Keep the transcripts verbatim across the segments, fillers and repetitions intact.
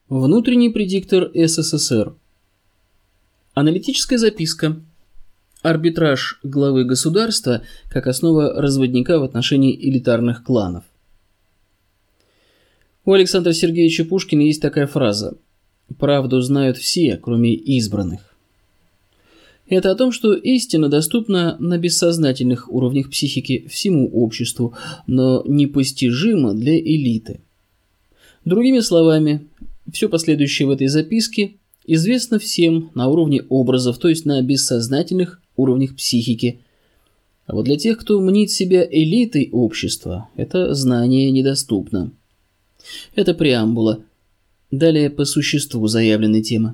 Внутренний предиктор СССР. Аналитическая записка. Арбитраж главы государства как основа разводника в отношении элитарных кланов. У Александра Сергеевича Пушкина есть такая фраза: «Правду знают все, кроме избранных». Это о том, что истина доступна на бессознательных уровнях психики всему обществу, но непостижима для элиты. Другими словами, все последующее в этой записке известно всем на уровне образов, то есть на бессознательных уровнях психики. А вот для тех, кто мнит себя элитой общества, это знание недоступно. Это преамбула. Далее по существу заявленной темы.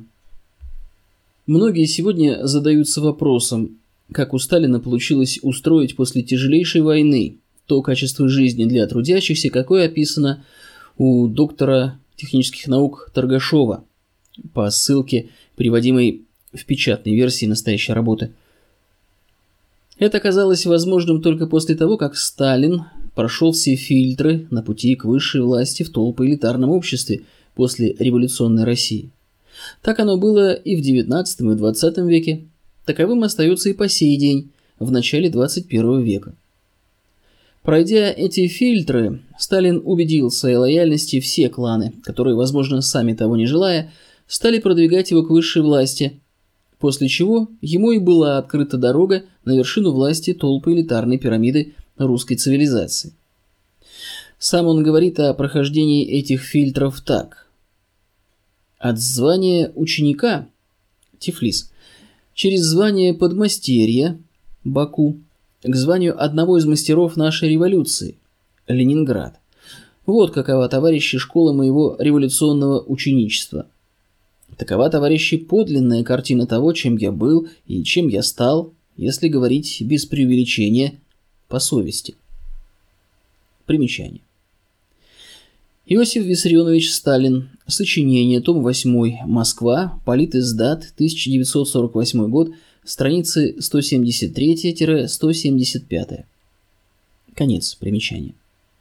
Многие сегодня задаются вопросом, как у Сталина получилось устроить после тяжелейшей войны то качество жизни для трудящихся, какое описано у доктора технических наук Торгашова по ссылке, приводимой в печатной версии настоящей работы. Это оказалось возможным только после того, как Сталин прошел все фильтры на пути к высшей власти в толпоэлитарном обществе после революционной России. Так оно было и в девятнадцатом и двадцатом веке, таковым остается и по сей день, в начале двадцать первого века. Пройдя эти фильтры, Сталин убедил в своей лояльности все кланы, которые, возможно, сами того не желая, стали продвигать его к высшей власти, после чего ему и была открыта дорога на вершину власти толпы элитарной пирамиды русской цивилизации. Сам он говорит о прохождении этих фильтров так. От звания ученика, Тифлис, через звание подмастерья, Баку, к званию одного из мастеров нашей революции, Ленинград. Вот какова, товарищи, школа моего революционного ученичества. Такова, товарищи, подлинная картина того, чем я был и чем я стал, если говорить без преувеличения, по совести. Примечание. Иосиф Виссарионович Сталин. Сочинение. Том восемь. Москва. Политиздат. тысяча девятьсот сорок восьмой год. Страницы сто семьдесят три - сто семьдесят пять. Конец примечания.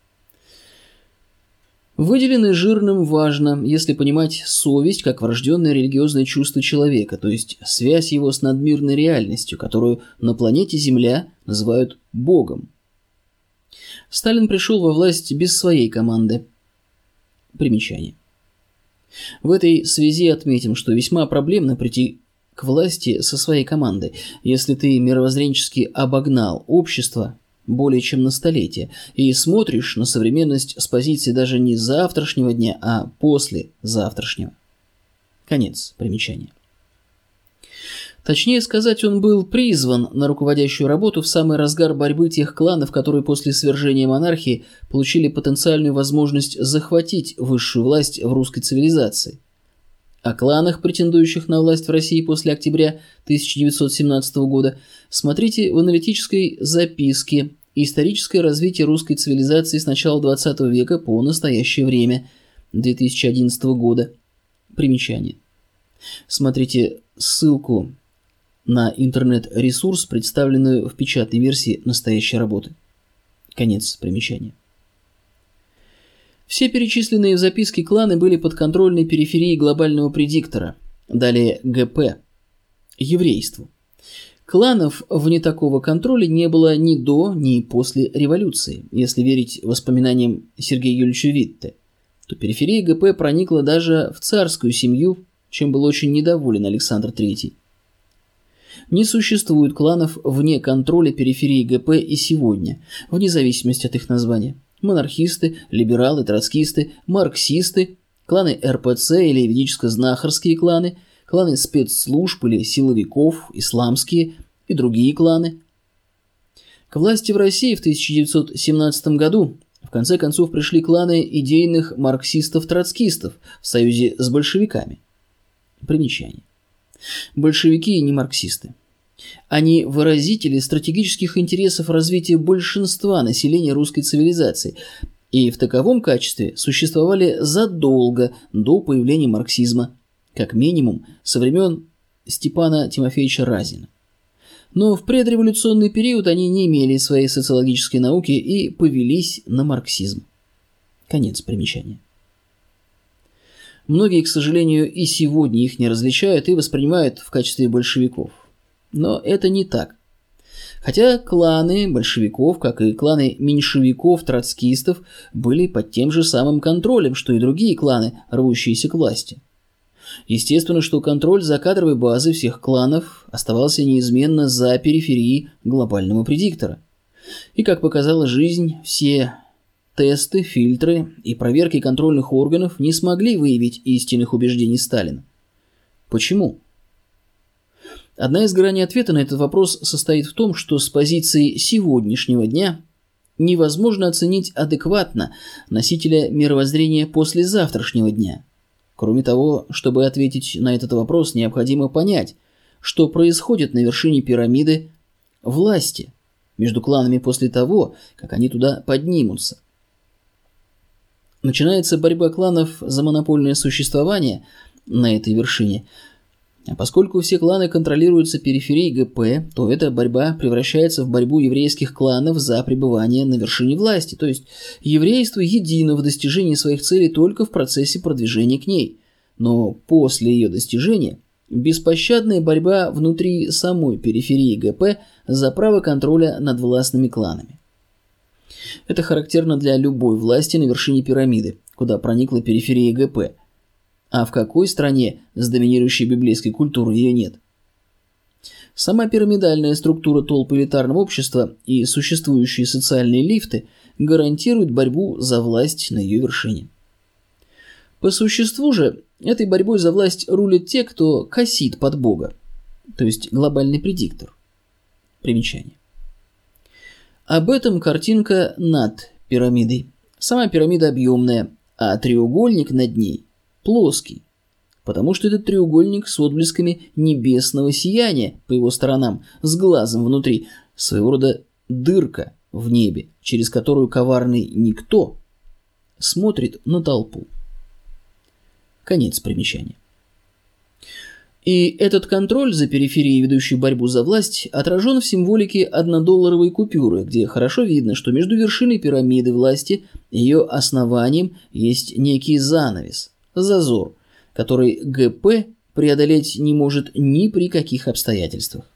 Выделено жирным важно, если понимать совесть как врожденное религиозное чувство человека, то есть связь его с надмирной реальностью, которую на планете Земля называют Богом. Сталин пришел во власть без своей команды. Примечание. В этой связи отметим, что весьма проблемно прийти к власти со своей командой, если ты мировоззренчески обогнал общество более чем на столетие и смотришь на современность с позиции даже не завтрашнего дня, а после завтрашнего. Конец примечания. Точнее сказать, он был призван на руководящую работу в самый разгар борьбы тех кланов, которые после свержения монархии получили потенциальную возможность захватить высшую власть в русской цивилизации. О кланах, претендующих на власть в России после октября тысяча девятьсот семнадцатого года, смотрите в аналитической записке «Историческое развитие русской цивилизации с начала двадцатого века по настоящее время» две тысячи одиннадцатого года. Примечание. Смотрите ссылку на интернет-ресурс, представленную в печатной версии настоящей работы. Конец примечания. Все перечисленные в записке кланы были под контрольной периферией глобального предиктора, далее ГП, еврейству. Кланов вне такого контроля не было ни до, ни после революции. Если верить воспоминаниям Сергея Юрьевича Витте, то периферия ГП проникла даже в царскую семью, чем был очень недоволен Александр Третий. Не существует кланов вне контроля периферии ГП и сегодня, вне зависимости от их названия. Монархисты, либералы, троцкисты, марксисты, кланы эр пэ цэ или ведическо-знахарские кланы, кланы спецслужб или силовиков, исламские и другие кланы. К власти в России в тысяча девятьсот семнадцатом году в конце концов пришли кланы идейных марксистов-троцкистов в союзе с большевиками. Примечание. Большевики не марксисты. Они выразители стратегических интересов развития большинства населения русской цивилизации и в таковом качестве существовали задолго до появления марксизма, как минимум со времен Степана Тимофеевича Разина. Но в предреволюционный период они не имели своей социологической науки и повелись на марксизм. Конец примечания. Многие, к сожалению, и сегодня их не различают и воспринимают в качестве большевиков. Но это не так. Хотя кланы большевиков, как и кланы меньшевиков, троцкистов, были под тем же самым контролем, что и другие кланы, рвущиеся к власти. Естественно, что контроль за кадровой базой всех кланов оставался неизменно за периферией глобального предиктора. И, как показала жизнь, все тесты, фильтры и проверки контрольных органов не смогли выявить истинных убеждений Сталина. Почему? Одна из граней ответа на этот вопрос состоит в том, что с позиции сегодняшнего дня невозможно оценить адекватно носителя мировоззрения послезавтрашнего дня. Кроме того, чтобы ответить на этот вопрос, необходимо понять, что происходит на вершине пирамиды власти между кланами после того, как они туда поднимутся. Начинается борьба кланов за монопольное существование на этой вершине. А поскольку все кланы контролируются периферией ГП, то эта борьба превращается в борьбу еврейских кланов за пребывание на вершине власти, то есть еврейство едино в достижении своих целей только в процессе продвижения к ней. Но после ее достижения беспощадная борьба внутри самой периферии ГП за право контроля над властными кланами. Это характерно для любой власти на вершине пирамиды, куда проникла периферия ГП. А в какой стране с доминирующей библейской культурой ее нет? Сама пирамидальная структура толп элитарного общества и существующие социальные лифты гарантируют борьбу за власть на ее вершине. По существу же, этой борьбой за власть рулят те, кто косит под Бога, то есть глобальный предиктор. Примечание. Об этом картинка над пирамидой. Сама пирамида объемная, а треугольник над ней плоский, потому что этот треугольник с отблесками небесного сияния по его сторонам, с глазом внутри, своего рода дырка в небе, через которую коварный никто смотрит на толпу. Конец примечания. И этот контроль за периферией, ведущей борьбу за власть, отражен в символике однодолларовой купюры, где хорошо видно, что между вершиной пирамиды власти и ее основанием есть некий занавес, зазор, который ГП преодолеть не может ни при каких обстоятельствах.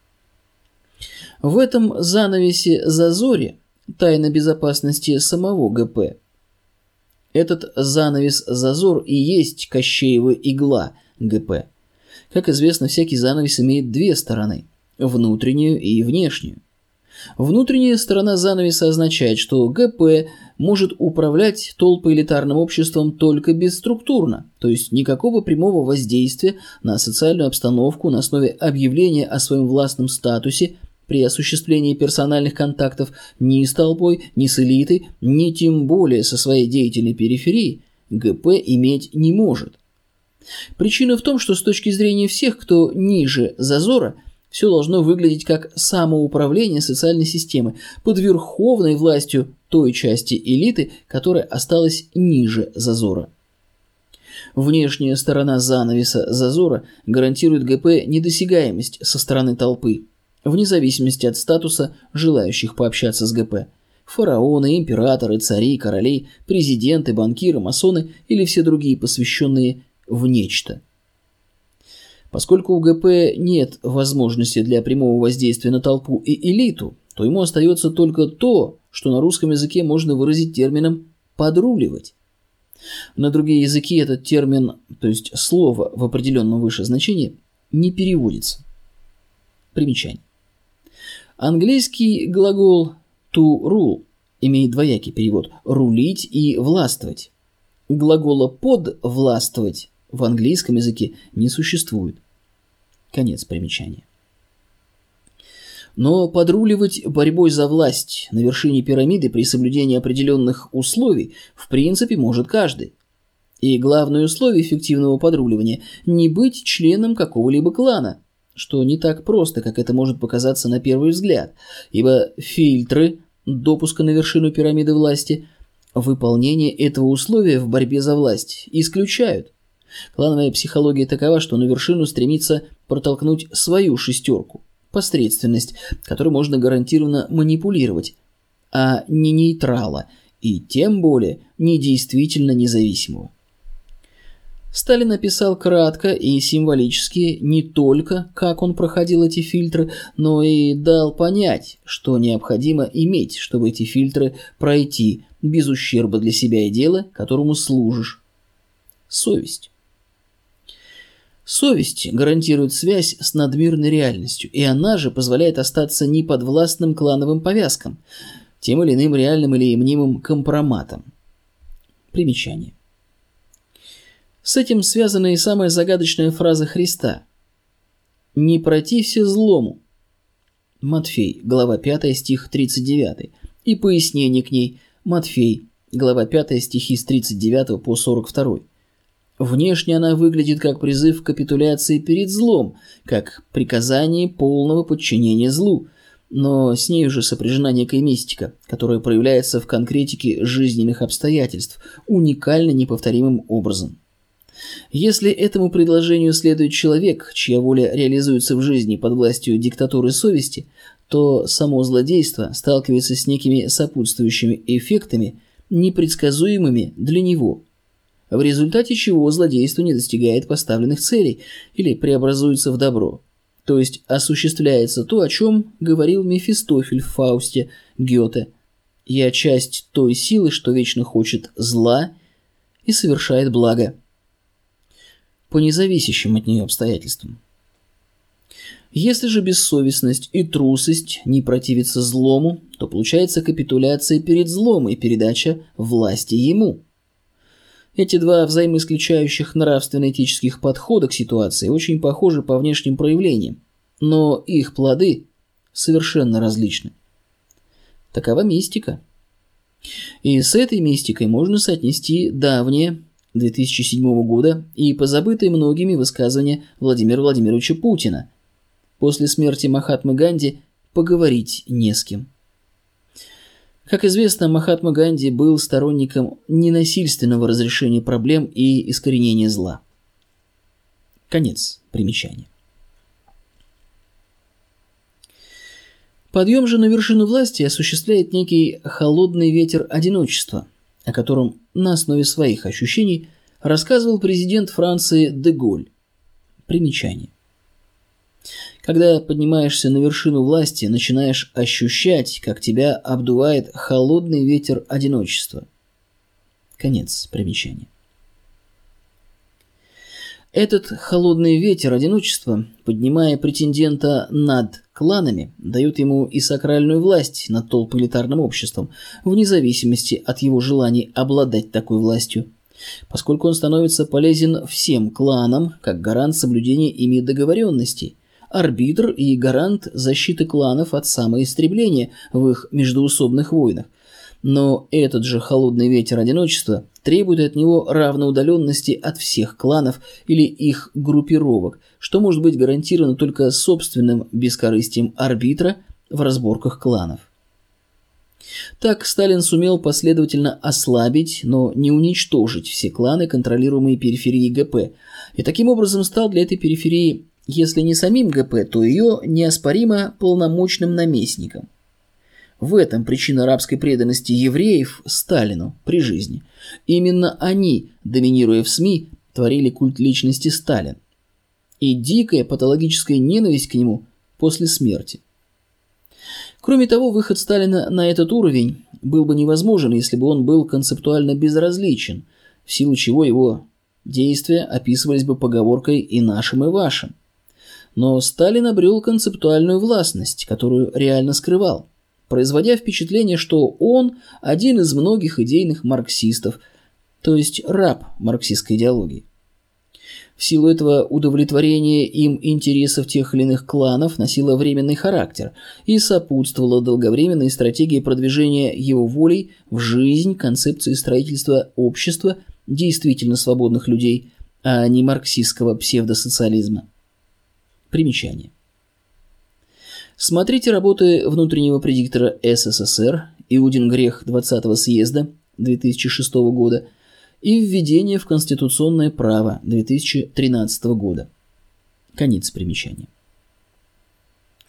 В этом занавесе-зазоре тайна безопасности самого ГП. Этот занавес-зазор и есть Кощеева игла ГП. Как известно, всякий занавес имеет две стороны – внутреннюю и внешнюю. Внутренняя сторона занавеса означает, что ГП может управлять толпоэлитарным обществом только бесструктурно, то есть никакого прямого воздействия на социальную обстановку на основе объявления о своем властном статусе при осуществлении персональных контактов ни с толпой, ни с элитой, ни тем более со своей деятельной периферией ГП иметь не может. Причина в том, что с точки зрения всех, кто ниже зазора, все должно выглядеть как самоуправление социальной системы под верховной властью той части элиты, которая осталась ниже зазора. Внешняя сторона занавеса зазора гарантирует ГП недосягаемость со стороны толпы, вне зависимости от статуса желающих пообщаться с ГП. Фараоны, императоры, цари, короли, президенты, банкиры, масоны или все другие посвященные в нечто. Поскольку у ГП нет возможности для прямого воздействия на толпу и элиту, то ему остается только то, что на русском языке можно выразить термином «подруливать». На другие языки этот термин, то есть слово в определенном выше значении, не переводится. Примечание. Английский глагол to rule имеет двоякий перевод – рулить и властвовать. Глагола подвластвовать в английском языке не существует. Конец примечания. Но подруливать борьбой за власть на вершине пирамиды при соблюдении определенных условий в принципе может каждый. И главное условие эффективного подруливания – не быть членом какого-либо клана, что не так просто, как это может показаться на первый взгляд, ибо фильтры допуска на вершину пирамиды власти выполнение этого условия в борьбе за власть исключают. Клановая психология такова, что на вершину стремится протолкнуть свою шестерку, посредственность, которой можно гарантированно манипулировать, а не нейтрала, и тем более не действительно независимого. Сталин описал кратко и символически не только, как он проходил эти фильтры, но и дал понять, что необходимо иметь, чтобы эти фильтры пройти без ущерба для себя и дела, которому служишь. Совесть. Совесть гарантирует связь с надмирной реальностью, и она же позволяет остаться неподвластным клановым повязкам, тем или иным реальным или мнимым компроматом. Примечание. С этим связана и самая загадочная фраза Христа: «Не протився злому». Матфей, глава пятая, стих тридцать девятый. И пояснение к ней. Матфей, глава пятая, стихи с тридцать девятого по сорок второй. Внешне она выглядит как призыв к капитуляции перед злом, как приказание полного подчинения злу, но с ней уже сопряжена некая мистика, которая проявляется в конкретике жизненных обстоятельств уникально неповторимым образом. Если этому предложению следует человек, чья воля реализуется в жизни под властью диктатуры совести, то само злодейство сталкивается с некими сопутствующими эффектами, непредсказуемыми для него, в результате чего злодейство не достигает поставленных целей или преобразуется в добро, то есть осуществляется то, о чем говорил Мефистофель в Фаусте Гёте: «Я часть той силы, что вечно хочет зла и совершает благо», по независящим от нее обстоятельствам. Если же бессовестность и трусость не противятся злому, то получается капитуляция перед злом и передача власти ему. Эти два взаимоисключающих нравственно-этических подхода к ситуации очень похожи по внешним проявлениям, но их плоды совершенно различны. Такова мистика. И с этой мистикой можно соотнести давнее две тысячи седьмого года и позабытые многими высказывания Владимира Владимировича Путина: после смерти Махатмы Ганди поговорить не с кем. Как известно, Махатма Ганди был сторонником ненасильственного разрешения проблем и искоренения зла. Конец примечания. Подъем же на вершину власти осуществляет некий холодный ветер одиночества, о котором на основе своих ощущений рассказывал президент Франции де Голль. Примечание. Когда поднимаешься на вершину власти, начинаешь ощущать, как тебя обдувает холодный ветер одиночества. Конец примечания. Этот холодный ветер одиночества, поднимая претендента над кланами, дает ему и сакральную власть над толпоэлитарным обществом, вне зависимости от его желаний обладать такой властью, поскольку он становится полезен всем кланам как гарант соблюдения ими договоренностей, арбитр и гарант защиты кланов от самоистребления в их междоусобных войнах. Но этот же холодный ветер одиночества требует от него равноудаленности от всех кланов или их группировок, что может быть гарантировано только собственным бескорыстием арбитра в разборках кланов. Так Сталин сумел последовательно ослабить, но не уничтожить все кланы, контролируемые периферией ГП, и таким образом стал для этой периферии, если не самим ГП, то ее неоспоримо полномочным наместником. В этом причина арабской преданности евреев Сталину при жизни. Именно они, доминируя в СМИ, творили культ личности Сталин. И дикая патологическая ненависть к нему после смерти. Кроме того, выход Сталина на этот уровень был бы невозможен, если бы он был концептуально безразличен, в силу чего его действия описывались бы поговоркой «и нашим, и вашим». Но Сталин обрел концептуальную властность, которую реально скрывал, производя впечатление, что он один из многих идейных марксистов, то есть раб марксистской идеологии. В силу этого удовлетворение им интересов тех или иных кланов носило временный характер и сопутствовало долговременной стратегии продвижения его волей в жизнь концепции строительства общества действительно свободных людей, а не марксистского псевдосоциализма. Примечание. Смотрите работы внутреннего предиктора СССР «Иудин грех двадцатого съезда» две тысячи шестого года и «Введение в конституционное право» две тысячи тринадцатого года. Конец примечания.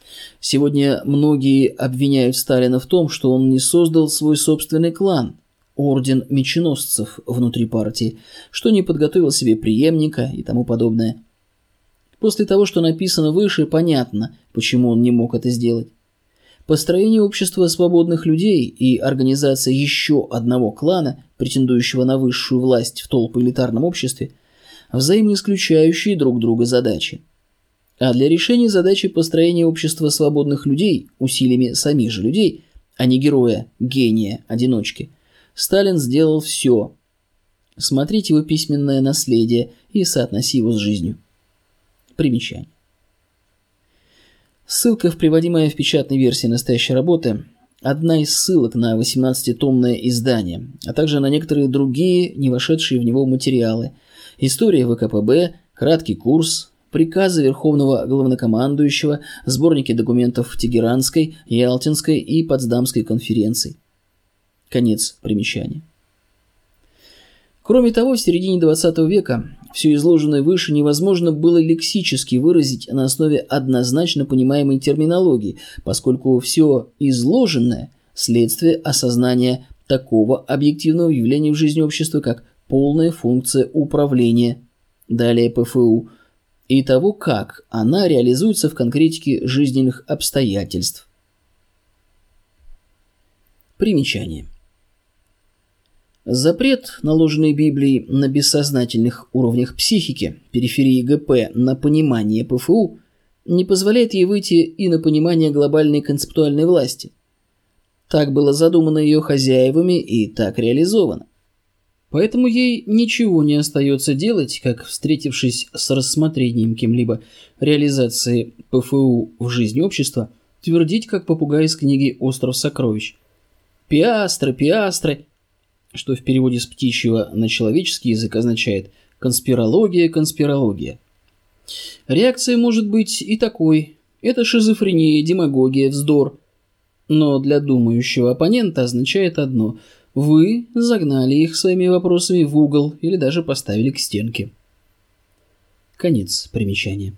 Сегодня многие обвиняют Сталина в том, что он не создал свой собственный клан. орден меченосцев внутри партии, что не подготовил себе преемника и тому подобное. После того, что написано выше, понятно, почему он не мог это сделать. Построение общества свободных людей и организация еще одного клана, претендующего на высшую власть в толпоэлитарном обществе, взаимоисключающие друг друга задачи. А для решения задачи построения общества свободных людей усилиями самих же людей, а не героя, гения, одиночки, Сталин сделал все. Смотрите его письменное наследие и соотноси его с жизнью. Примечание. Ссылка в приводимой в печатной версии настоящей работы – одна из ссылок на восемнадцатитомное издание, а также на некоторые другие, не вошедшие в него материалы. История ВКПБ, краткий курс, приказы Верховного Главнокомандующего, сборники документов Тегеранской, Ялтинской и Потсдамской конференций. Конец примечания. Кроме того, в середине двадцатого века все изложенное выше невозможно было лексически выразить на основе однозначно понимаемой терминологии, поскольку все изложенное – следствие осознания такого объективного явления в жизни общества, как полная функция управления, далее ПФУ, и того, как она реализуется в конкретике жизненных обстоятельств. Примечание. Запрет, наложенный Библией на бессознательных уровнях психики, периферии ГП, на понимание ПФУ, не позволяет ей выйти и на понимание глобальной концептуальной власти. Так было задумано ее хозяевами и так реализовано. Поэтому ей ничего не остается делать, как, встретившись с рассмотрением кем-либо реализации ПФУ в жизни общества, твердить, как попугай из книги «Остров сокровищ». «Пиастры, пиастры», что в переводе с птичьего на человеческий язык означает «конспирология, конспирология». Реакция может быть и такой. Это шизофрения, демагогия, вздор. Но для думающего оппонента означает одно – вы загнали их своими вопросами в угол или даже поставили к стенке. Конец примечания.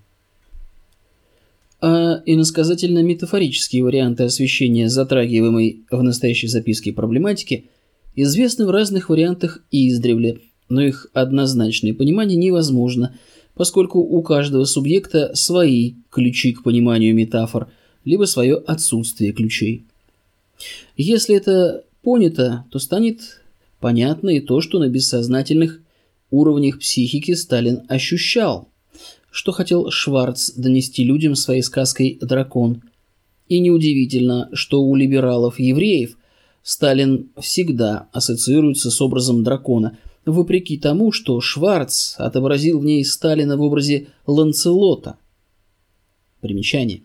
А иносказательно-метафорические варианты освещения затрагиваемой в настоящей записке проблематики известны в разных вариантах издревле, но их однозначное понимание невозможно, поскольку у каждого субъекта свои ключи к пониманию метафор, либо свое отсутствие ключей. Если это понято, то станет понятно и то, что на бессознательных уровнях психики Сталин ощущал, что хотел Шварц донести людям своей сказкой «Дракон». И неудивительно, что у либералов-евреев Сталин всегда ассоциируется с образом дракона, вопреки тому, что Шварц отобразил в ней Сталина в образе Ланцелота. Примечание.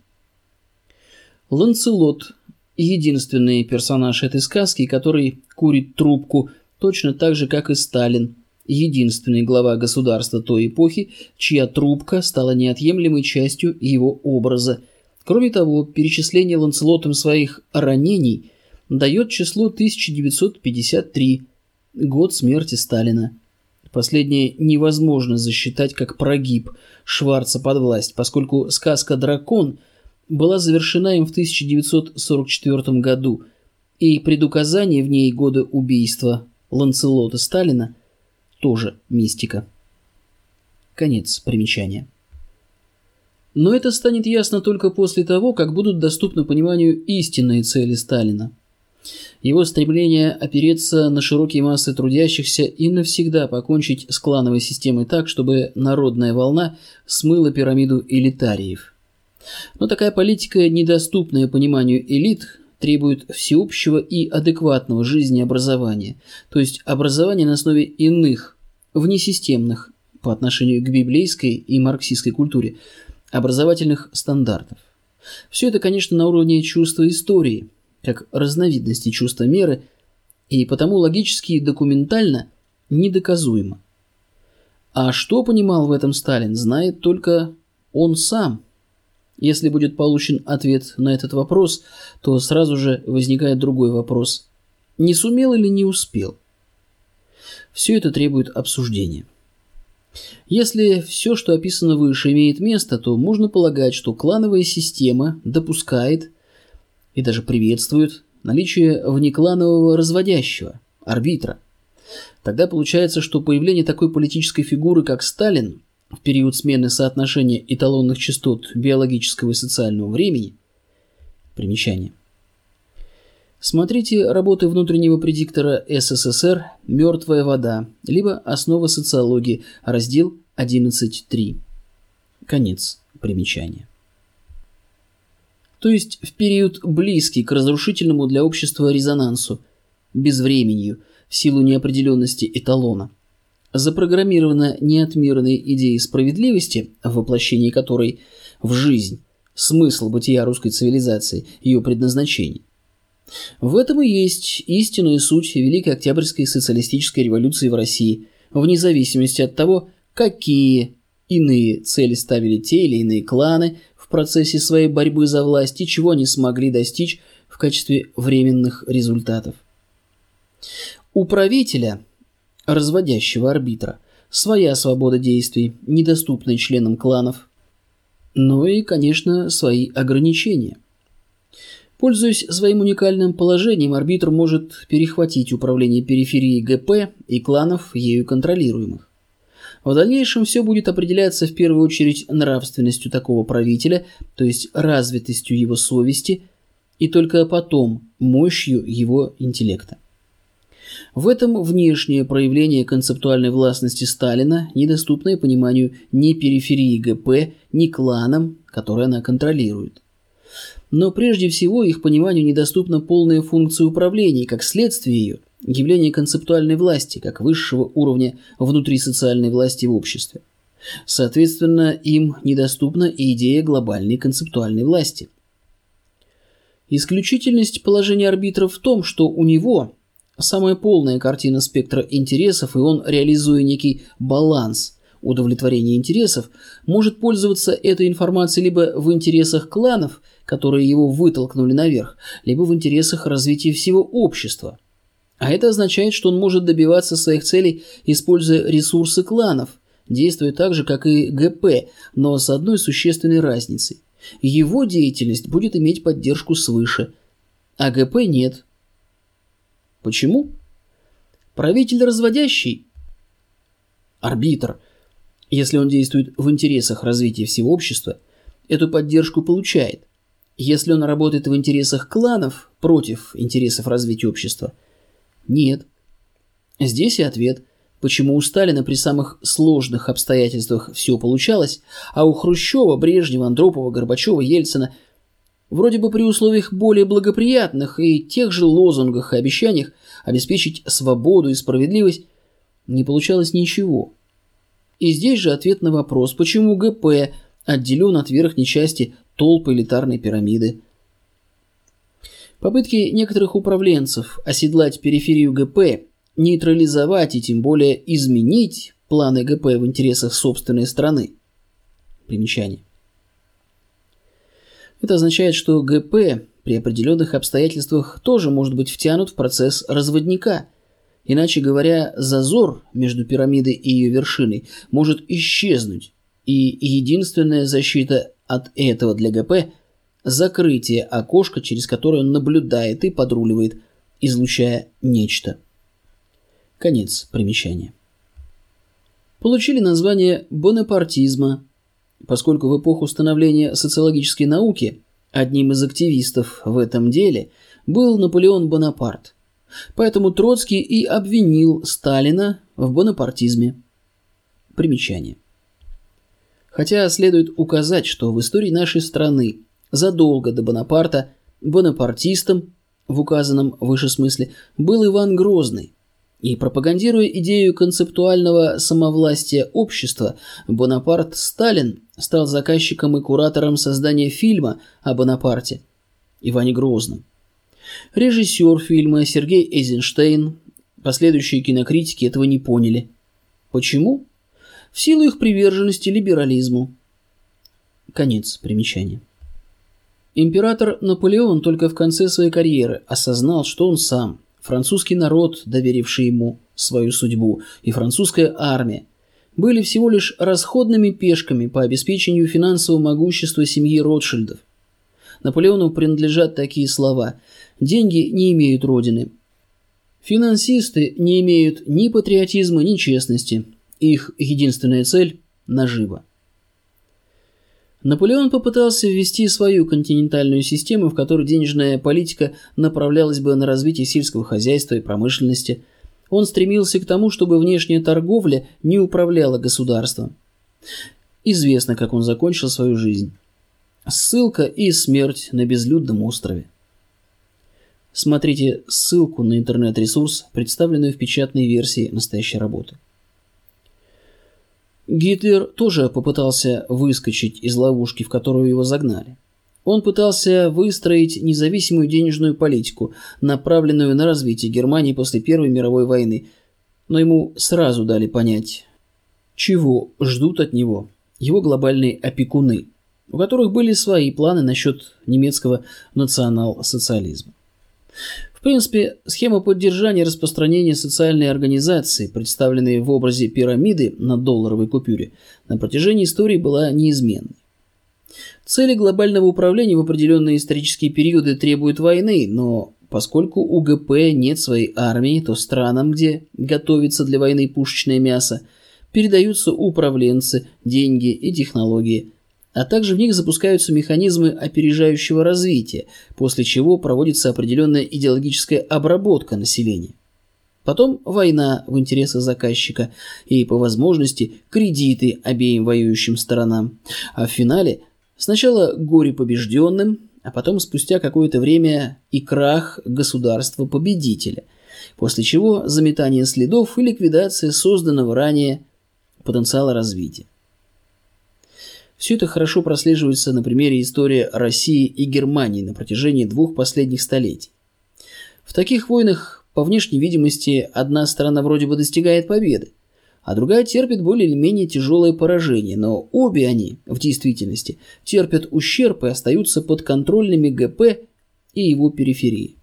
Ланцелот – единственный персонаж этой сказки, который курит трубку точно так же, как и Сталин, единственный глава государства той эпохи, чья трубка стала неотъемлемой частью его образа. Кроме того, перечисление Ланцелотом своих ранений дает число тысяча девятьсот пятьдесят три, год смерти Сталина. Последнее невозможно засчитать как прогиб Шварца под власть, поскольку сказка «Дракон» была завершена им в тысяча девятьсот сорок четвёртом году, и предуказание в ней года убийства Ланцелота Сталина тоже мистика. Конец примечания. Но это станет ясно только после того, как будут доступны пониманию истинные цели Сталина. Его стремление опереться на широкие массы трудящихся и навсегда покончить с клановой системой так, чтобы народная волна смыла пирамиду элитариев. Но такая политика, недоступная пониманию элит, требует всеобщего и адекватного жизнеобразования, то есть образования на основе иных, внесистемных, по отношению к библейской и марксистской культуре, образовательных стандартов. Все это, конечно, на уровне чувства истории, как разновидности чувства меры, и потому логически и документально недоказуемо. А что понимал в этом Сталин, знает только он сам. Если будет получен ответ на этот вопрос, то сразу же возникает другой вопрос. Не сумел или не успел? Все это требует обсуждения. Если все, что описано выше, имеет место, то можно полагать, что клановая система допускает и даже приветствует наличие внекланового разводящего, арбитра. Тогда получается, что появление такой политической фигуры, как Сталин, в период смены соотношения эталонных частот биологического и социального времени. Примечание. Смотрите работы внутреннего предиктора СССР «Мертвая вода», либо «Основа социологии», раздел одиннадцать точка три. Конец примечания. То есть в период близкий к разрушительному для общества резонансу, безвременью, в силу неопределенности эталона, запрограммирована неотмерной идеей справедливости, в воплощении которой в жизнь смысл бытия русской цивилизации, ее предназначение. В этом и есть истинная суть Великой Октябрьской социалистической революции в России, вне зависимости от того, какие иные цели ставили те или иные кланы в процессе своей борьбы за власть и чего они смогли достичь в качестве временных результатов. У правителя, разводящего арбитра, своя свобода действий, недоступная членам кланов, но и, конечно, свои ограничения. Пользуясь своим уникальным положением, арбитр может перехватить управление периферией ГП и кланов, ею контролируемых. В дальнейшем все будет определяться в первую очередь нравственностью такого правителя, то есть развитостью его совести, и только потом мощью его интеллекта. В этом внешнее проявление концептуальной властности Сталина, недоступное пониманию ни периферии ГП, ни кланам, которые она контролирует. Но прежде всего их пониманию недоступна полная функция управления, и как следствие ее – явление концептуальной власти, как высшего уровня внутри социальной власти в обществе. Соответственно, им недоступна и идея глобальной концептуальной власти. Исключительность положения арбитра в том, что у него самая полная картина спектра интересов, и он, реализуя некий баланс удовлетворения интересов, может пользоваться этой информацией либо в интересах кланов, которые его вытолкнули наверх, либо в интересах развития всего общества. А это означает, что он может добиваться своих целей, используя ресурсы кланов, действуя так же, как и ГП, но с одной существенной разницей. Его деятельность будет иметь поддержку свыше, а ГП нет. Почему? Правитель разводящий, арбитр, если он действует в интересах развития всего общества, эту поддержку получает. Если он работает в интересах кланов против интересов развития общества, нет. Здесь и ответ, почему у Сталина при самых сложных обстоятельствах все получалось, а у Хрущева, Брежнева, Андропова, Горбачева, Ельцина вроде бы при условиях более благоприятных и тех же лозунгах и обещаниях обеспечить свободу и справедливость не получалось ничего. И здесь же ответ на вопрос, почему ГП отделен от верхней части толпы элитарной пирамиды. Попытки некоторых управленцев оседлать периферию ГП, нейтрализовать и тем более изменить планы ГП в интересах собственной страны. Примечание. Это означает, что ГП при определенных обстоятельствах тоже может быть втянут в процесс разводника. Иначе говоря, зазор между пирамидой и ее вершиной может исчезнуть, и единственная защита от этого для ГП – закрытие окошка, через которое он наблюдает и подруливает, излучая нечто. Конец примечания. Получили название бонапартизма, поскольку в эпоху становления социологической науки одним из активистов в этом деле был Наполеон Бонапарт. Поэтому Троцкий и обвинил Сталина в бонапартизме. Примечание. Хотя следует указать, что в истории нашей страны задолго до Бонапарта бонапартистом в указанном выше смысле был Иван Грозный, и пропагандируя идею концептуального самовластия общества, Бонапарт-Сталин стал заказчиком и куратором создания фильма о Бонапарте, Иване Грозном. Режиссер фильма Сергей Эйзенштейн, последующие кинокритики этого не поняли. Почему? В силу их приверженности либерализму. Конец примечания. Император Наполеон только в конце своей карьеры осознал, что он сам, французский народ, доверивший ему свою судьбу, и французская армия были всего лишь расходными пешками по обеспечению финансового могущества семьи Ротшильдов. Наполеону принадлежат такие слова: «Деньги не имеют родины. Финансисты не имеют ни патриотизма, ни честности. Их единственная цель – нажива. Наполеон попытался ввести свою континентальную систему, в которой денежная политика направлялась бы на развитие сельского хозяйства и промышленности. Он стремился к тому, чтобы внешняя торговля не управляла государством. Известно, как он закончил свою жизнь. Ссылка и смерть на безлюдном острове. Смотрите ссылку на интернет-ресурс, представленную в печатной версии настоящей работы. Гитлер тоже попытался выскочить из ловушки, в которую его загнали. Он пытался выстроить независимую денежную политику, направленную на развитие Германии после Первой мировой войны, но ему сразу дали понять, чего ждут от него его глобальные опекуны, у которых были свои планы насчет немецкого национал-социализма. В принципе, схема поддержания и распространения социальной организации, представленной в образе пирамиды на долларовой купюре, на протяжении истории была неизменной. Цели глобального управления в определенные исторические периоды требуют войны, но поскольку у ГП нет своей армии, то странам, где готовится для войны пушечное мясо, передаются управленцы, деньги и технологии, а также в них запускаются механизмы опережающего развития, после чего проводится определенная идеологическая обработка населения. Потом война в интересах заказчика и, по возможности, кредиты обеим воюющим сторонам. А в финале сначала горе побежденным, а потом спустя какое-то время и крах государства-победителя, после чего заметание следов и ликвидация созданного ранее потенциала развития. Все это хорошо прослеживается на примере истории России и Германии на протяжении двух последних столетий. В таких войнах, по внешней видимости, одна сторона вроде бы достигает победы, а другая терпит более или менее тяжелое поражение, но обе они, в действительности, терпят ущерб и остаются подконтрольными ГП и его периферии.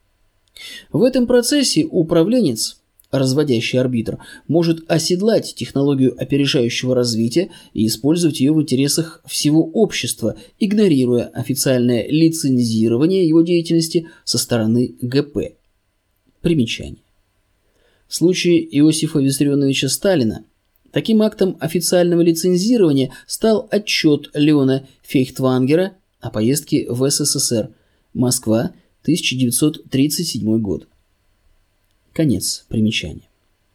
В этом процессе управленец, разводящий арбитр, может оседлать технологию опережающего развития и использовать ее в интересах всего общества, игнорируя официальное лицензирование его деятельности со стороны ГП. Примечание. В случае Иосифа Виссарионовича Сталина таким актом официального лицензирования стал отчет Леона Фейхтвангера о поездке в СССР. Москва, тысяча девятьсот тридцать седьмой год. Конец примечания.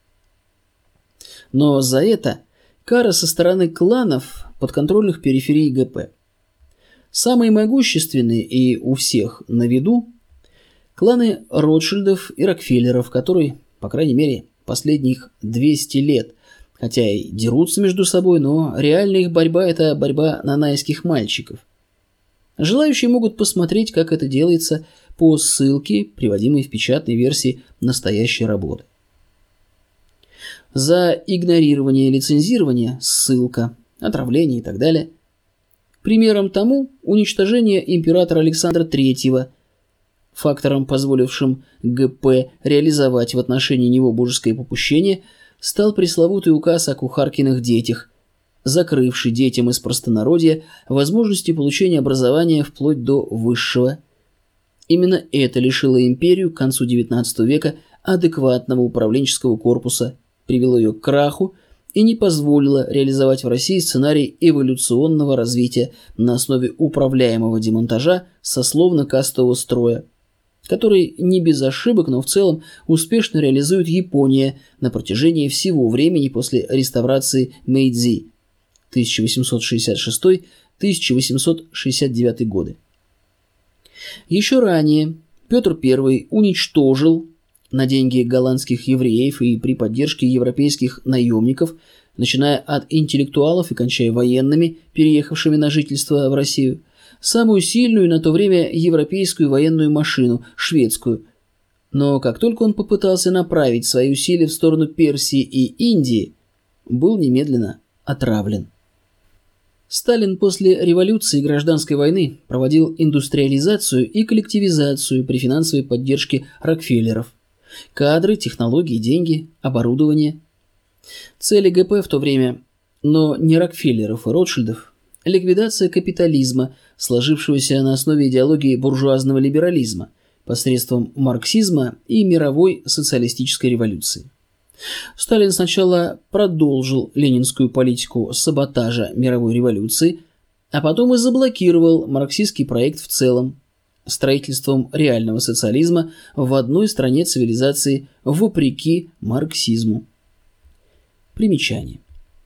Но за это кара со стороны кланов подконтрольных периферий ГП. Самые могущественные и у всех на виду кланы Ротшильдов и Рокфеллеров, которые, по крайней мере, последних двести лет, хотя и дерутся между собой, но реальная их борьба – это борьба нанайских мальчиков. Желающие могут посмотреть, как это делается, по ссылке, приводимой в печатной версии настоящей работы. За игнорирование лицензирования, ссылка, отравление и так далее. Примером тому уничтожение императора Александра Третьего, фактором, позволившим ГП реализовать в отношении него божеское попущение, стал пресловутый указ о кухаркиных детях, закрывший детям из простонародья возможности получения образования вплоть до высшего. Именно это лишило империю к концу девятнадцатого века адекватного управленческого корпуса, привело ее к краху и не позволило реализовать в России сценарий эволюционного развития на основе управляемого демонтажа сословно-кастового строя, который не без ошибок, но в целом успешно реализует Япония на протяжении всего времени после реставрации Мэйдзи тысяча восемьсот шестьдесят шестой — тысяча восемьсот шестьдесят девятый годы. Еще ранее Петр Первый уничтожил на деньги голландских евреев и при поддержке европейских наемников, начиная от интеллектуалов и кончая военными, переехавшими на жительство в Россию, самую сильную на то время европейскую военную машину – шведскую. Но как только он попытался направить свои усилия в сторону Персии и Индии, был немедленно отравлен. Сталин после революции и гражданской войны проводил индустриализацию и коллективизацию при финансовой поддержке Рокфеллеров. Кадры, технологии, деньги, оборудование. Цели ГП в то время, но не Рокфеллеров и Ротшильдов, ликвидация капитализма, сложившегося на основе идеологии буржуазного либерализма, посредством марксизма и мировой социалистической революции. Сталин сначала продолжил ленинскую политику саботажа мировой революции, а потом и заблокировал марксистский проект в целом, строительством реального социализма в одной стране цивилизации вопреки марксизму. Примечание.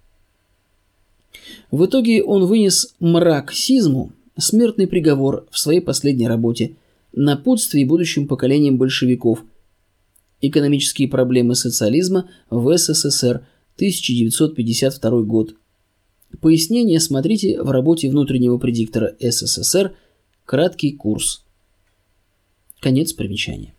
В итоге он вынес марксизму смертный приговор в своей последней работе «Напутствие будущим поколениям большевиков. Экономические проблемы социализма в СССР, тысяча девятьсот пятьдесят второй год». Пояснение смотрите в работе внутреннего предиктора СССР «Краткий курс». Конец примечания.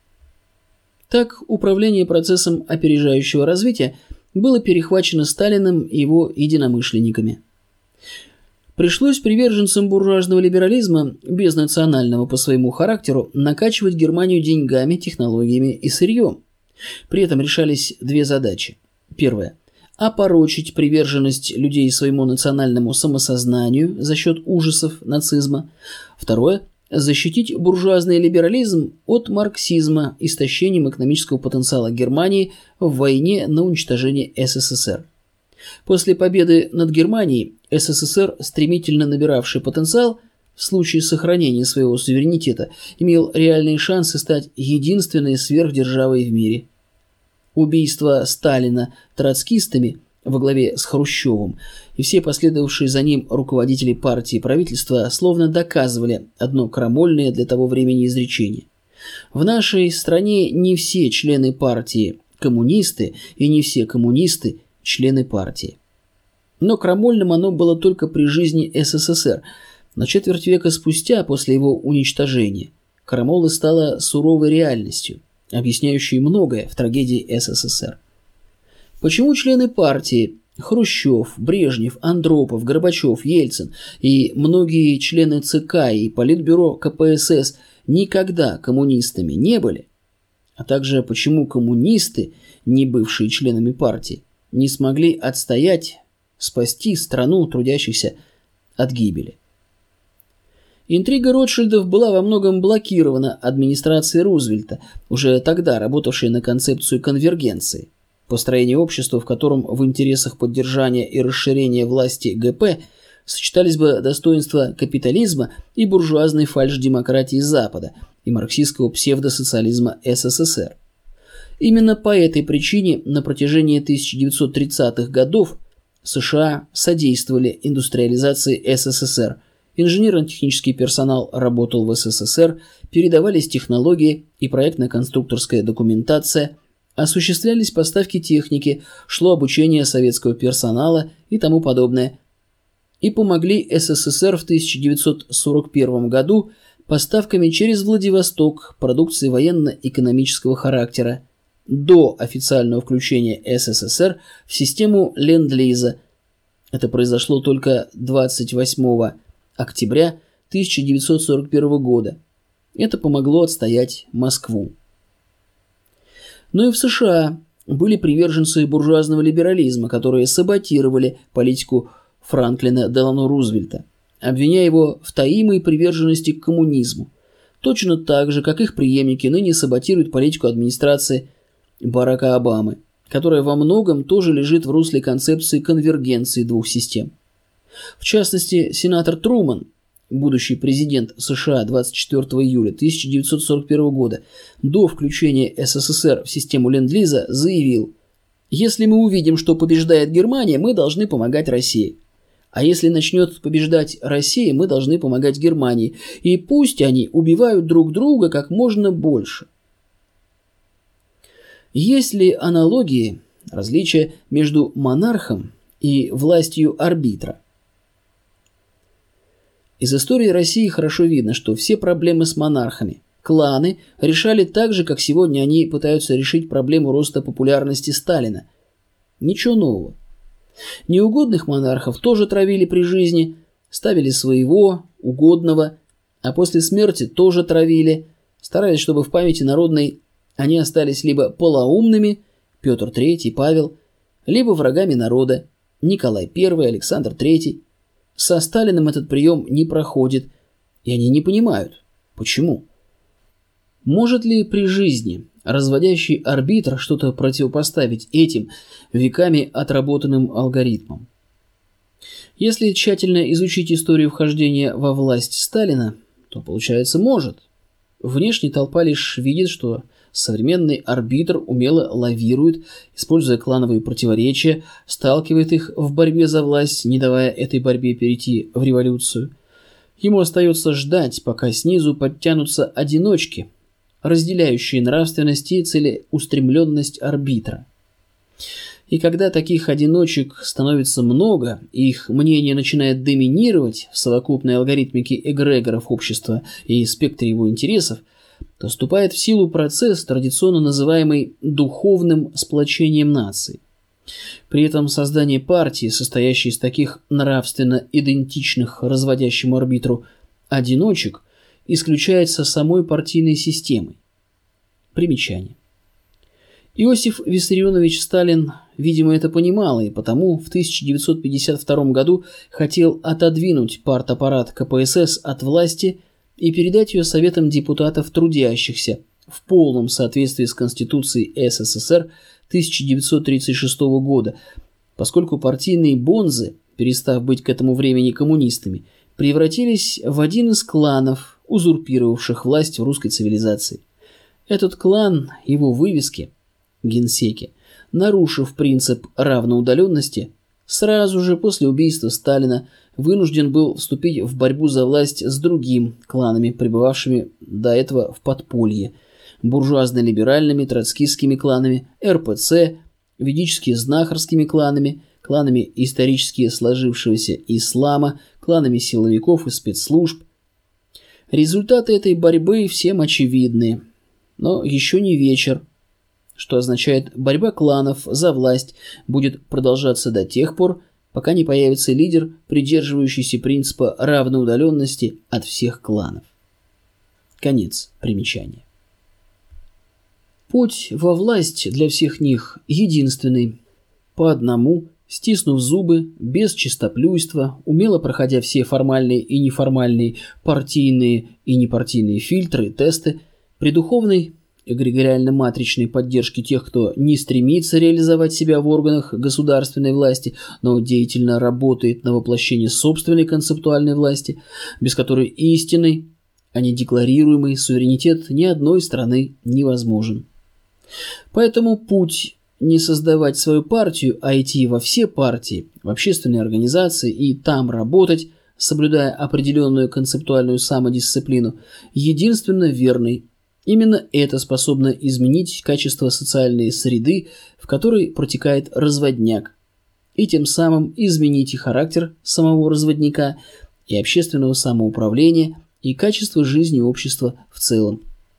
Так, управление процессом опережающего развития было перехвачено Сталиным и его единомышленниками. Пришлось приверженцам буржуазного либерализма, безнационального по своему характеру, накачивать Германию деньгами, технологиями и сырьем. При этом решались две задачи. Первая – опорочить приверженность людей своему национальному самосознанию за счет ужасов нацизма. Второе – защитить буржуазный либерализм от марксизма истощением экономического потенциала Германии в войне на уничтожение СССР. После победы над Германией СССР, стремительно набиравший потенциал, в случае сохранения своего суверенитета, имел реальные шансы стать единственной сверхдержавой в мире. Убийство Сталина троцкистами во главе с Хрущевым и все последовавшие за ним руководители партии и правительства словно доказывали одно крамольное для того времени изречение. В нашей стране не все члены партии коммунисты и не все коммунисты члены партии. Но крамольным оно было только при жизни СССР, но четверть века спустя, после его уничтожения, крамола стала суровой реальностью, объясняющей многое в трагедии СССР. Почему члены партии Хрущев, Брежнев, Андропов, Горбачев, Ельцин и многие члены ЦК и Политбюро КПСС никогда коммунистами не были, а также почему коммунисты, не бывшие членами партии, не смогли отстоять, спасти страну трудящихся от гибели? Интрига Ротшильдов была во многом блокирована администрацией Рузвельта, уже тогда работавшей на концепцию конвергенции. Построение общества, в котором в интересах поддержания и расширения власти ГП сочетались бы достоинства капитализма и буржуазной фальшдемократии Запада и марксистского псевдосоциализма СССР. Именно по этой причине на протяжении тысяча девятьсот тридцатых годов США содействовали индустриализации СССР, инженерно-технический персонал работал в СССР, передавались технологии и проектно-конструкторская документация, осуществлялись поставки техники, шло обучение советского персонала и тому подобное. И помогли СССР в тысяча девятьсот сорок первом году поставками через Владивосток продукции военно-экономического характера до официального включения СССР в систему Ленд-Лиза. Это произошло только двадцать восьмого октября тысяча девятьсот сорок первого года. Это помогло отстоять Москву. Но и в США были приверженцы буржуазного либерализма, которые саботировали политику Франклина Делано Рузвельта, обвиняя его в таимой приверженности к коммунизму, точно так же, как их преемники ныне саботируют политику администрации Барака Обамы, которая во многом тоже лежит в русле концепции конвергенции двух систем. В частности, сенатор Труман, будущий президент США двадцать четвёртого июля тысяча девятьсот сорок первого года, до включения СССР в систему Ленд-Лиза заявил: «Если мы увидим, что побеждает Германия, мы должны помогать России. А если начнет побеждать Россия, мы должны помогать Германии. И пусть они убивают друг друга как можно больше». Есть ли аналогии, различия между монархом и властью арбитра? Из истории России хорошо видно, что все проблемы с монархами, кланы решали так же, как сегодня они пытаются решить проблему роста популярности Сталина. Ничего нового. Неугодных монархов тоже травили при жизни, ставили своего, угодного, а после смерти тоже травили, стараясь, чтобы в памяти народной они остались либо полоумными, Петр Третий, Павел, либо врагами народа, Николай Первый, Александр Третий. Со Сталиным этот прием не проходит, и они не понимают, почему. Может ли при жизни разводящий арбитр что-то противопоставить этим веками отработанным алгоритмам? Если тщательно изучить историю вхождения во власть Сталина, то, получается, может. Внешне толпа лишь видит, что современный арбитр умело лавирует, используя клановые противоречия, сталкивает их в борьбе за власть, не давая этой борьбе перейти в революцию. Ему остается ждать, пока снизу подтянутся одиночки, разделяющие нравственность и целеустремленность арбитра. И когда таких одиночек становится много, и их мнение начинает доминировать в совокупной алгоритмике эгрегоров общества и спектре его интересов, то вступает в силу процесс, традиционно называемый духовным сплочением нации. При этом создание партии, состоящей из таких нравственно идентичных разводящему арбитру одиночек, исключается самой партийной системой. Примечание. Иосиф Виссарионович Сталин, видимо, это понимал, и потому в тысяча девятьсот пятьдесят втором году хотел отодвинуть партаппарат ка пэ эс эс от власти и передать ее Советам депутатов трудящихся в полном соответствии с Конституцией эс эс эс эр тысяча девятьсот тридцать шестого года, поскольку партийные бонзы, перестав быть к этому времени коммунистами, превратились в один из кланов, узурпировавших власть в русской цивилизации. Этот клан, его вывески, генсеки, нарушив принцип равноудаленности, сразу же после убийства Сталина вынужден был вступить в борьбу за власть с другими кланами, пребывавшими до этого в подполье, буржуазно-либеральными троцкистскими кланами, эр пэ цэ, ведически-знахарскими кланами, кланами исторически сложившегося ислама, кланами силовиков и спецслужб. Результаты этой борьбы всем очевидны, но еще не вечер, что означает, борьба кланов за власть будет продолжаться до тех пор, пока не появится лидер, придерживающийся принципа равноудаленности от всех кланов. Конец примечания. Путь во власть для всех них единственный. По одному, стиснув зубы, без чистоплюйства, умело проходя все формальные и неформальные, партийные и непартийные фильтры, тесты, при духовной эгрегориально-матричной поддержки тех, кто не стремится реализовать себя в органах государственной власти, но деятельно работает на воплощение собственной концептуальной власти, без которой истинный, а не декларируемый суверенитет ни одной страны невозможен. Поэтому путь не создавать свою партию, а идти во все партии, в общественные организации и там работать, соблюдая определенную концептуальную самодисциплину, единственно верный. Именно это способно изменить качество социальной среды, в которой протекает разводняк, и тем самым изменить и характер самого разводняка, и общественного самоуправления, и качество жизни общества в целом.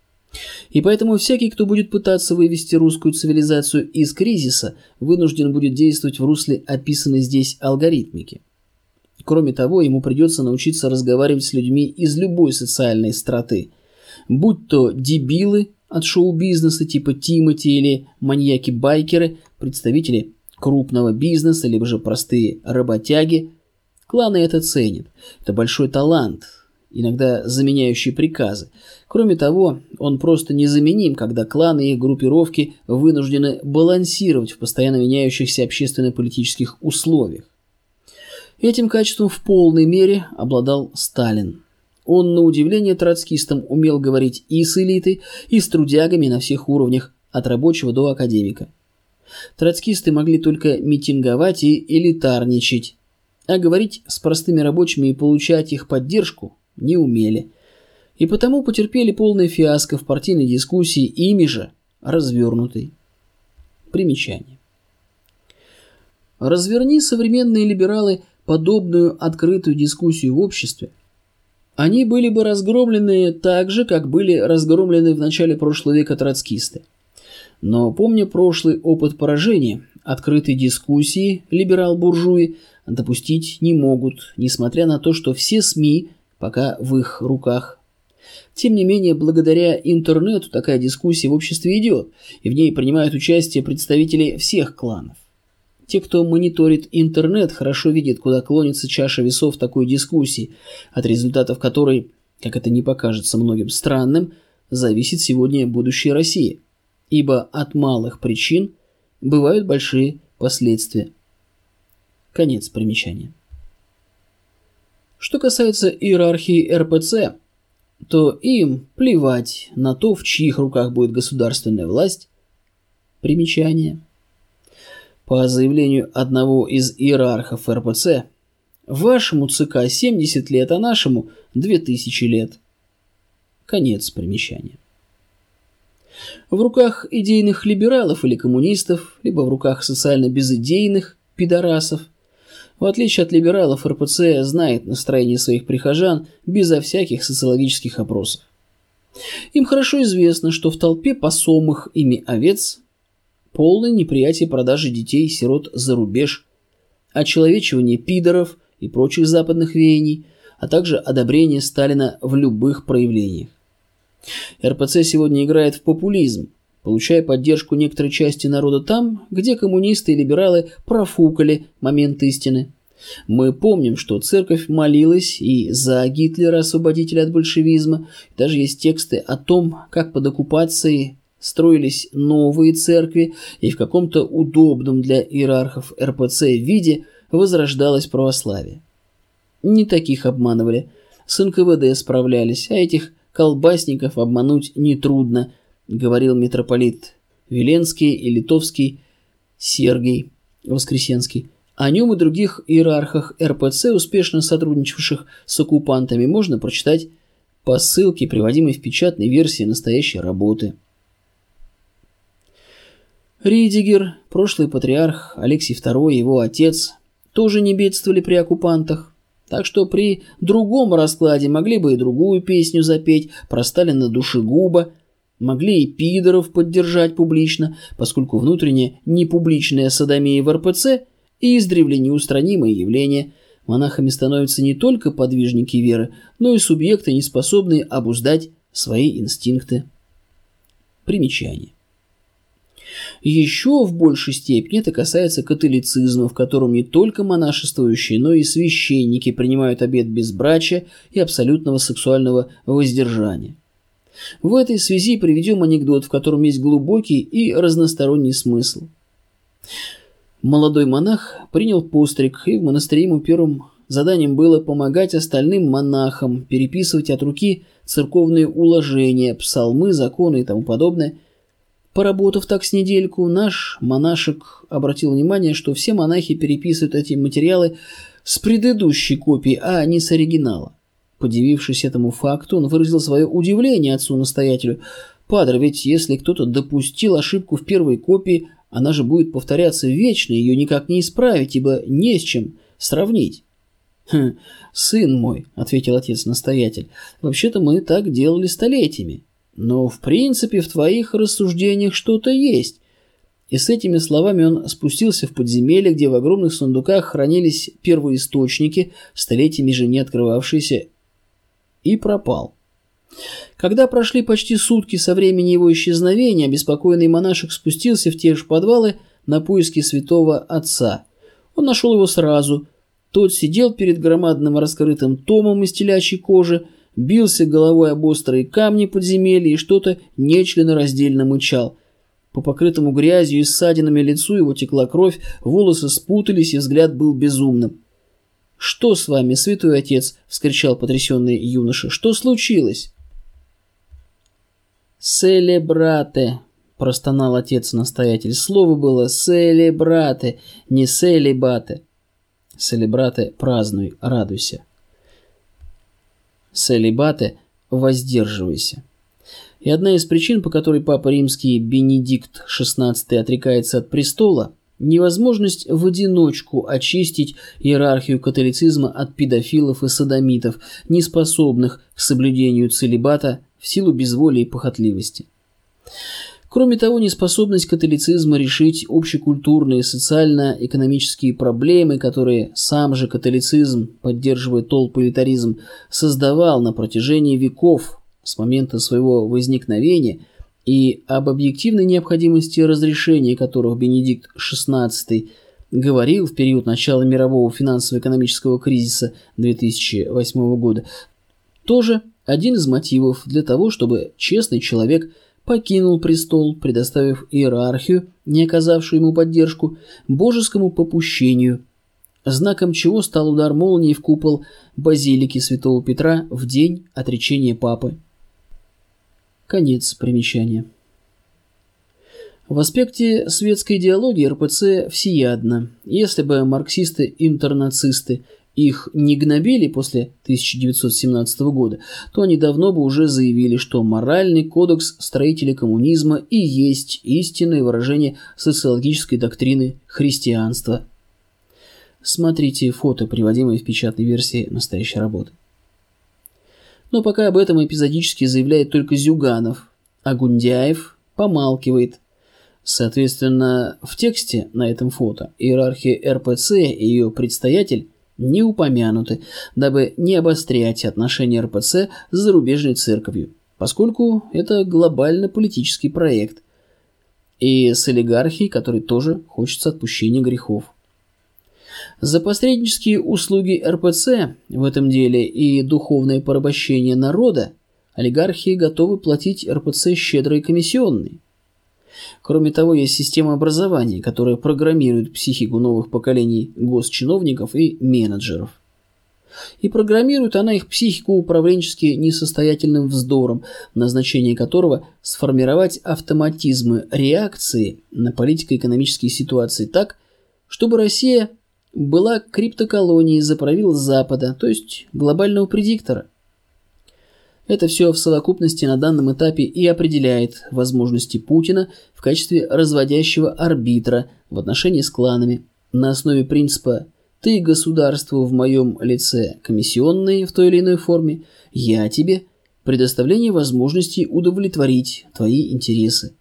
И поэтому всякий, кто будет пытаться вывести русскую цивилизацию из кризиса, вынужден будет действовать в русле описанной здесь алгоритмики. Кроме того, ему придется научиться разговаривать с людьми из любой социальной страты, будь то дебилы от шоу-бизнеса типа Тимати или маньяки-байкеры, представители крупного бизнеса, либо же простые работяги. Кланы это ценят. Это большой талант, иногда заменяющий приказы. Кроме того, он просто незаменим, когда кланы и их группировки вынуждены балансировать в постоянно меняющихся общественно-политических условиях. Этим качеством в полной мере обладал Сталин. Он, на удивление троцкистам, умел говорить и с элитой, и с трудягами на всех уровнях, от рабочего до академика. Троцкисты могли только митинговать и элитарничать, а говорить с простыми рабочими и получать их поддержку не умели. И потому потерпели полное фиаско в партийной дискуссии, ими же развернутой. Примечание. Разверни современные либералы подобную открытую дискуссию в обществе, они были бы разгромлены так же, как были разгромлены в начале прошлого века троцкисты. Но, помня прошлый опыт поражения, открытой дискуссии либерал-буржуи допустить не могут, несмотря на то, что все СМИ пока в их руках. Тем не менее, благодаря интернету такая дискуссия в обществе идет, и в ней принимают участие представители всех кланов. Те, кто мониторит интернет, хорошо видят, куда клонится чаша весов такой дискуссии, от результатов которой, как это не покажется многим странным, зависит сегодня будущее России, ибо от малых причин бывают большие последствия. Конец примечания. Что касается иерархии эр пэ цэ, то им плевать на то, в чьих руках будет государственная власть. Примечание. По заявлению одного из иерархов эр пэ цэ, вашему ЦК семьдесят лет, а нашему две тысячи лет. Конец примечания. В руках идейных либералов или коммунистов, либо в руках социально безидейных пидорасов. В отличие от либералов, эр пэ цэ знает настроение своих прихожан безо всяких социологических опросов. Им хорошо известно, что в толпе пасомых ими овец полное неприятие продажи детей и сирот за рубеж, очеловечивание пидоров и прочих западных веяний, а также одобрение Сталина в любых проявлениях. эр пэ цэ сегодня играет в популизм, получая поддержку некоторой части народа там, где коммунисты и либералы профукали момент истины. Мы помним, что церковь молилась и за Гитлера, освободителя от большевизма. Даже есть тексты о том, как под оккупацией строились новые церкви и в каком-то удобном для иерархов эр пэ цэ виде возрождалось православие. Не таких обманывали, с эн ка вэ дэ справлялись, а этих колбасников обмануть нетрудно, говорил митрополит Веленский и Литовский Сергий Воскресенский. О нем и других иерархах эр пэ цэ, успешно сотрудничавших с оккупантами, можно прочитать по ссылке, приводимой в печатной версии настоящей работы. Ридигер, прошлый патриарх Алексий второй, его отец, тоже не бедствовали при оккупантах, так что при другом раскладе могли бы и другую песню запеть про Сталина душегуба, могли и пидоров поддержать публично, поскольку внутренне непубличная содомия в эр пэ цэ и издревле неустранимое явление. Монахами становятся не только подвижники веры, но и субъекты, не способные обуздать свои инстинкты. Примечание. Еще в большей степени это касается католицизма, в котором не только монашествующие, но и священники принимают обет безбрачия и абсолютного сексуального воздержания. В этой связи приведем анекдот, в котором есть глубокий и разносторонний смысл. Молодой монах принял постриг, и в монастыре ему первым заданием было помогать остальным монахам переписывать от руки церковные уложения, псалмы, законы и тому подобное. Поработав так с недельку, наш монашек обратил внимание, что все монахи переписывают эти материалы с предыдущей копии, а не с оригинала. Подивившись этому факту, он выразил свое удивление отцу-настоятелю. «Падре, ведь если кто-то допустил ошибку в первой копии, она же будет повторяться вечно, ее никак не исправить, ибо не с чем сравнить». «Хм, сын мой», — ответил отец-настоятель, — «вообще-то мы так делали столетиями. Но в принципе в твоих рассуждениях что-то есть». И с этими словами он спустился в подземелье, где в огромных сундуках хранились первоисточники, столетиями же не открывавшиеся, и пропал. Когда прошли почти сутки со времени его исчезновения, обеспокоенный монашек спустился в те же подвалы на поиски святого отца. Он нашел его сразу. Тот сидел перед громадным раскрытым томом из телячьей кожи, бился головой об острые камни подземелья и что-то нечленораздельно мычал. По покрытому грязью и ссадинами лицу его текла кровь, волосы спутались, и взгляд был безумным. «Что с вами, святой отец?» — вскричал потрясенный юноша. «Что случилось?» «Селебрате», — простонал отец-настоятель. Слово было «селебрате», не «селебате». «Селебрате» — празднуй, радуйся. «Селебате» — воздерживайся. И одна из причин, по которой Папа Римский Бенедикт шестнадцатый отрекается от престола — невозможность в одиночку очистить иерархию католицизма от педофилов и содомитов, не способных к соблюдению целибата в силу безволия и похотливости. Кроме того, неспособность католицизма решить общекультурные и социально-экономические проблемы, которые сам же католицизм, поддерживая толпоэлитаризм, создавал на протяжении веков с момента своего возникновения, и об объективной необходимости разрешения которых Бенедикт шестнадцатый говорил в период начала мирового финансово-экономического кризиса две тысячи восьмого года, тоже один из мотивов для того, чтобы честный человек покинул престол, предоставив иерархию, не оказавшую ему поддержку, божескому попущению, знаком чего стал удар молнии в купол базилики святого Петра в день отречения папы. Конец примечания. В аспекте светской идеологии эр пэ цэ всеядна. Если бы марксисты-интернацисты их не гнобили после тысяча девятьсот семнадцатого года, то они давно бы уже заявили, что моральный кодекс строителей коммунизма и есть истинное выражение социологической доктрины христианства. Смотрите фото, приводимое в печатной версии настоящей работы. Но пока об этом эпизодически заявляет только Зюганов, а Гундяев помалкивает. Соответственно, в тексте на этом фото иерархия эр пэ цэ и ее предстоятель не упомянуты, дабы не обострять отношения эр пэ цэ с зарубежной церковью, поскольку это глобально-политический проект, и с олигархией, которой тоже хочется отпущения грехов. За посреднические услуги эр пэ цэ в этом деле и духовное порабощение народа олигархи готовы платить эр пэ цэ щедрые комиссионные. Кроме того, есть система образования, которая программирует психику новых поколений госчиновников и менеджеров. И программирует она их психику управленчески несостоятельным вздором, назначение которого – сформировать автоматизмы реакции на политико-экономические ситуации так, чтобы Россия была криптоколонией за правил Запада, то есть глобального предиктора. Это все в совокупности на данном этапе и определяет возможности Путина в качестве разводящего арбитра в отношении с кланами на основе принципа «ты государству в моем лице комиссионные в той или иной форме, я тебе предоставление возможностей удовлетворить твои интересы».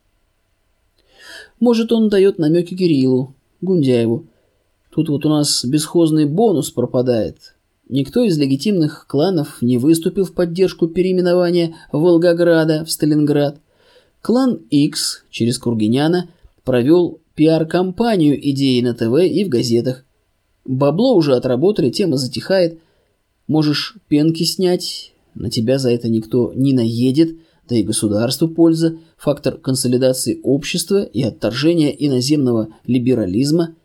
Может, он дает намеки Кириллу, Гундяеву. Тут вот у нас бесхозный бонус пропадает. Никто из легитимных кланов не выступил в поддержку переименования Волгограда в Сталинград. Клан X через Кургиняна провел пиар-кампанию идеи на ТВ и в газетах. Бабло уже отработали, тема затихает. Можешь пенки снять, на тебя за это никто не наедет, да и государству польза, фактор консолидации общества и отторжения иноземного либерализма.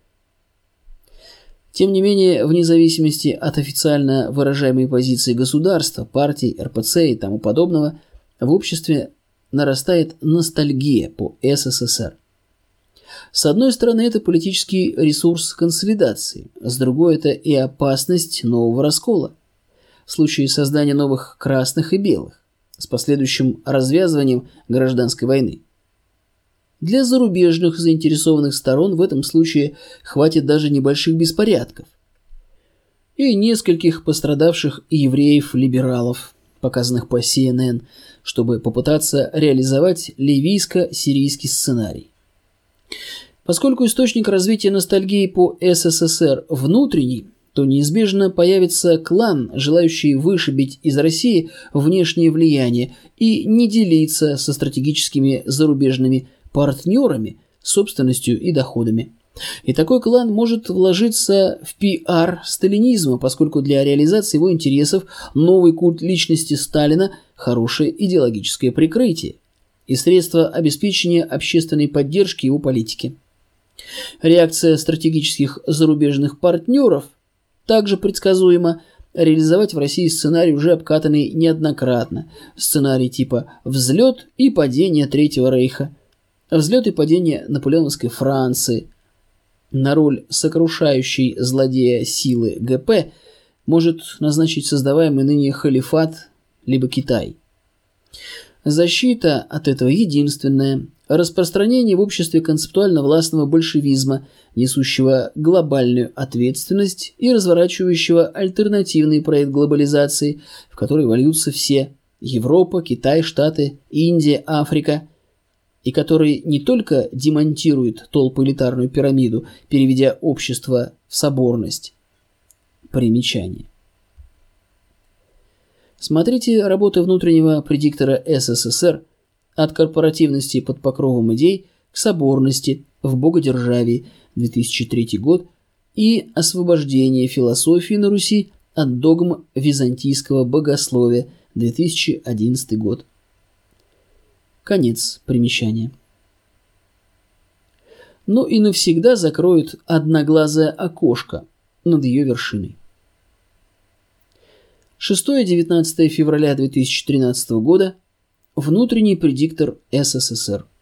Тем не менее, вне зависимости от официально выражаемой позиции государства, партий, эр пэ цэ и тому подобного, в обществе нарастает ностальгия по эс эс эс эр. С одной стороны, это политический ресурс консолидации, с другой, это и опасность нового раскола. В случае создания новых красных и белых, с последующим развязыванием гражданской войны. Для зарубежных заинтересованных сторон в этом случае хватит даже небольших беспорядков и нескольких пострадавших евреев-либералов, показанных по си эн эн, чтобы попытаться реализовать ливийско-сирийский сценарий. Поскольку источник развития ностальгии по эс эс эс эр внутренний, то неизбежно появится клан, желающий вышибить из России внешнее влияние и не делиться со стратегическими зарубежными партнерами, собственностью и доходами. И такой клан может вложиться в пиар сталинизма, поскольку для реализации его интересов новый культ личности Сталина – хорошее идеологическое прикрытие и средство обеспечения общественной поддержки его политики. Реакция стратегических зарубежных партнеров также предсказуема. Реализовать в России сценарий, уже обкатанный неоднократно. Сценарий типа «Взлет и падение Третьего Рейха», «Взлет и падение наполеоновской Франции». На роль сокрушающей злодея силы гэ пэ может назначить создаваемый ныне халифат либо Китай. Защита от этого единственная – распространение в обществе концептуально-властного большевизма, несущего глобальную ответственность и разворачивающего альтернативный проект глобализации, в который вольются все – Европа, Китай, Штаты, Индия, Африка – и который не только демонтирует толпоэлитарную пирамиду, переведя общество в соборность. Примечание. Смотрите работы внутреннего предиктора эс эс эс эр «От корпоративности под покровом идей к соборности в богодержавии», две тысячи третий год, и «Освобождение философии на Руси от догм византийского богословия», две тысячи одиннадцатый год. Конец примечания. Ну и навсегда закроют одноглазое окошко над ее вершиной. шестое-девятнадцатое февраля две тысячи тринадцатого года. Внутренний предиктор СССР.